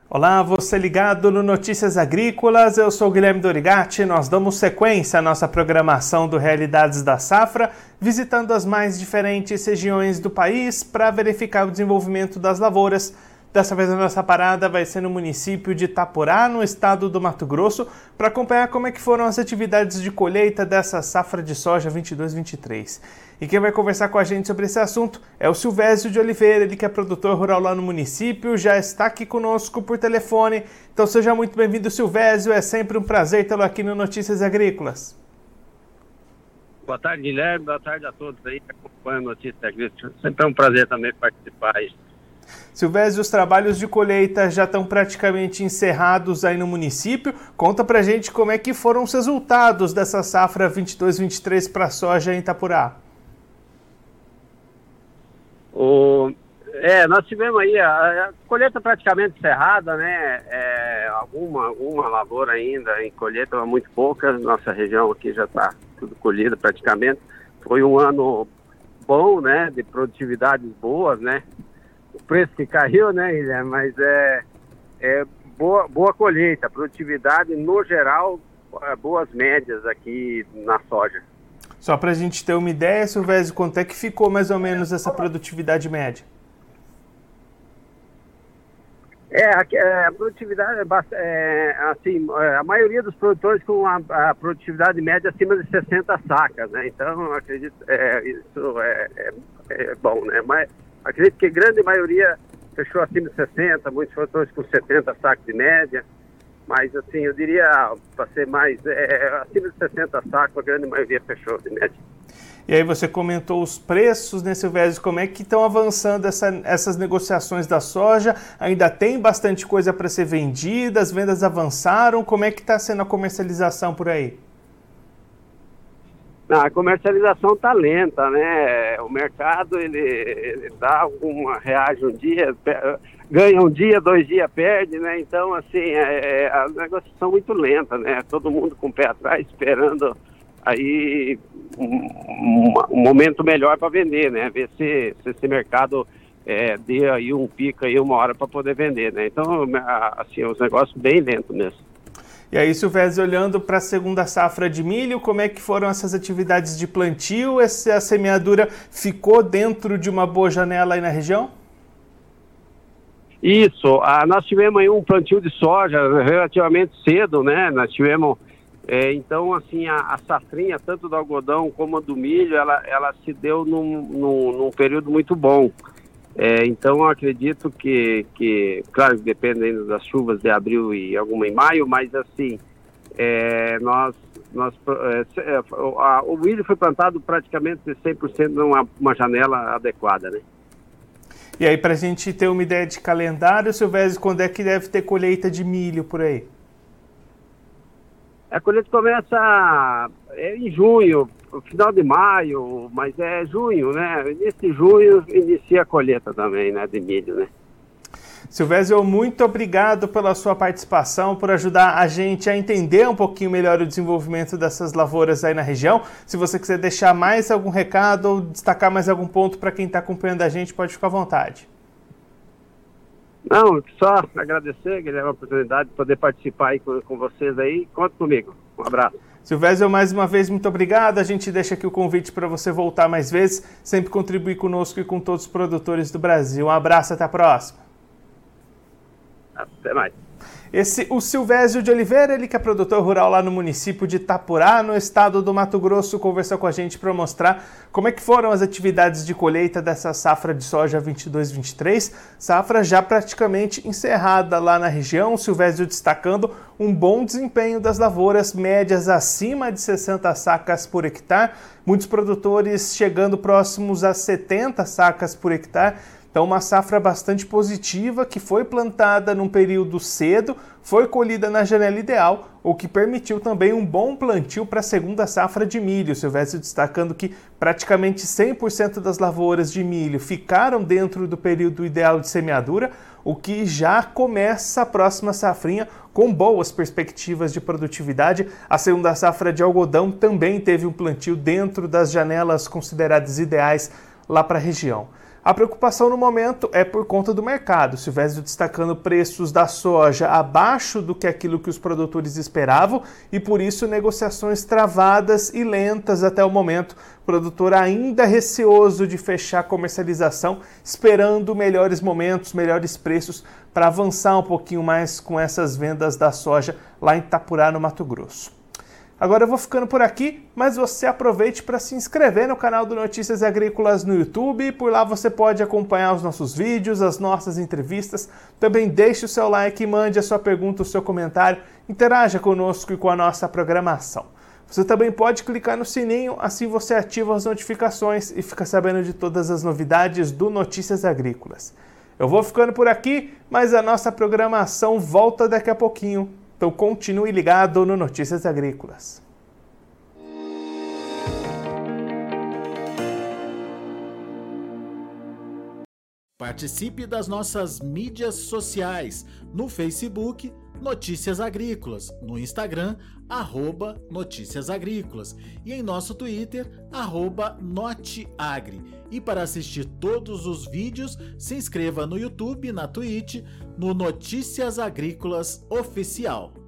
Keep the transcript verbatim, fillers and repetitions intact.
Olá, você ligado no Notícias Agrícolas, eu sou Guilherme Dorigatti. Nós damos sequência à nossa programação do Realidades da Safra, visitando as mais diferentes regiões do país para verificar o desenvolvimento das lavouras. Dessa vez a nossa parada vai ser no município de Itaporá, no estado do Mato Grosso, para acompanhar como é que foram as atividades de colheita dessa safra de soja vinte e dois vinte e três. E quem vai conversar com a gente sobre esse assunto é o Silvésio de Oliveira, ele que é produtor rural lá no município, já está aqui conosco por telefone. Então seja muito bem-vindo, Silvésio, é sempre um prazer tê-lo aqui no Notícias Agrícolas. Boa tarde, Guilherme, boa tarde a todos aí que acompanham Notícias Agrícolas. Sempre é um prazer também participar aí. Silvésio, os trabalhos de colheita já estão praticamente encerrados aí no município. Conta pra gente como é que foram os resultados dessa safra vinte e dois vinte e três para a soja em Itaporá. O, é, nós tivemos aí a, a colheita praticamente encerrada, né? É, alguma, alguma lavoura ainda em colheita, mas muito pouca. Nossa região aqui já está tudo colhido praticamente. Foi um ano bom, né? De produtividades boas, né? O preço que caiu, né, Guilherme? Mas é, é boa, boa colheita, produtividade no geral, boas médias aqui na soja. Só para a gente ter uma ideia, Silvésio, quanto é que ficou mais ou menos essa produtividade média? É, a, a produtividade é, é assim, a maioria dos produtores com a, a produtividade média acima de sessenta sacas, né? Então, eu acredito é, isso é, é, é bom, né? Mas acredito que a grande maioria fechou acima de sessenta, muitos produtores com setenta sacos de média, mas assim, eu diria, para ser mais, é, acima de sessenta sacos, a grande maioria fechou de média. E aí você comentou os preços, né, Silvésio? Como é que estão avançando essa, essas negociações da soja? Ainda tem bastante coisa para ser vendida, as vendas avançaram, como é que está sendo a comercialização por aí? Não, a comercialização está lenta, né? O mercado, ele, ele dá uma, reage um dia, ganha um dia, dois dias, perde, né? Então, assim, é, é, a negociação muito lenta, né? Todo mundo com o pé atrás, esperando aí um, um, um momento melhor para vender, né? Ver se, se esse mercado é, dê aí um pico aí uma hora para poder vender, né? Então, assim, os negócios bem lentos mesmo. E aí, Silvésio, olhando para a segunda safra de milho, como é que foram essas atividades de plantio? Essa semeadura ficou dentro de uma boa janela aí na região? Isso, ah, nós tivemos aí um plantio de soja relativamente cedo, né? Nós tivemos, é, então, assim, a, a safrinha, tanto do algodão como do milho, ela, ela se deu num, num, num período muito bom. É, então, eu acredito que, que, claro, dependendo das chuvas de abril e alguma em maio, mas assim, é, nós, nós, é, a, o milho foi plantado praticamente cem por cento numa uma janela adequada, né? E aí, para a gente ter uma ideia de calendário, Silvésio, quando é que deve ter colheita de milho por aí? A colheita começa é, em junho, final de maio, mas é junho, né? Início de junho inicia a colheita também, né, de milho, né? Silvésio, muito obrigado pela sua participação, por ajudar a gente a entender um pouquinho melhor o desenvolvimento dessas lavouras aí na região. Se você quiser deixar mais algum recado ou destacar mais algum ponto para quem está acompanhando a gente, pode ficar à vontade. Não, só agradecer, Guilherme, a oportunidade de poder participar aí com, com vocês aí. Conta comigo. Um abraço. Silvésio, mais uma vez, muito obrigado. A gente deixa aqui o convite para você voltar mais vezes, sempre contribuir conosco e com todos os produtores do Brasil. Um abraço, até a próxima. Até mais. Esse, o Silvésio de Oliveira, ele que é produtor rural lá no município de Itaporá, no estado do Mato Grosso, conversou com a gente para mostrar como é que foram as atividades de colheita dessa safra de soja vinte e dois vinte e três, safra já praticamente encerrada lá na região. O Silvésio destacando um bom desempenho das lavouras, médias acima de sessenta sacas por hectare, muitos produtores chegando próximos a setenta sacas por hectare. Então, uma safra bastante positiva que foi plantada num período cedo, foi colhida na janela ideal, o que permitiu também um bom plantio para a segunda safra de milho. Silvésio destacando que praticamente cem por cento das lavouras de milho ficaram dentro do período ideal de semeadura, o que já começa a próxima safrinha com boas perspectivas de produtividade. A segunda safra de algodão também teve um plantio dentro das janelas consideradas ideais lá para a região. A preocupação no momento é por conta do mercado. Silvério destacando preços da soja abaixo do que aquilo que os produtores esperavam e por isso negociações travadas e lentas até o momento. O produtor ainda receoso de fechar a comercialização, esperando melhores momentos, melhores preços para avançar um pouquinho mais com essas vendas da soja lá em Itapurá, no Mato Grosso. Agora eu vou ficando por aqui, mas você aproveite para se inscrever no canal do Notícias Agrícolas no YouTube. Por lá você pode acompanhar os nossos vídeos, as nossas entrevistas. Também deixe o seu like, mande a sua pergunta, o seu comentário, interaja conosco e com a nossa programação. Você também pode clicar no sininho, assim você ativa as notificações e fica sabendo de todas as novidades do Notícias Agrícolas. Eu vou ficando por aqui, mas a nossa programação volta daqui a pouquinho. Então continue ligado no Notícias Agrícolas. Participe das nossas mídias sociais, no Facebook, Notícias Agrícolas, no Instagram, arroba Notícias Agrícolas e em nosso Twitter, arroba Noteagri. E para assistir todos os vídeos, se inscreva no YouTube, na Twitch, no Notícias Agrícolas Oficial.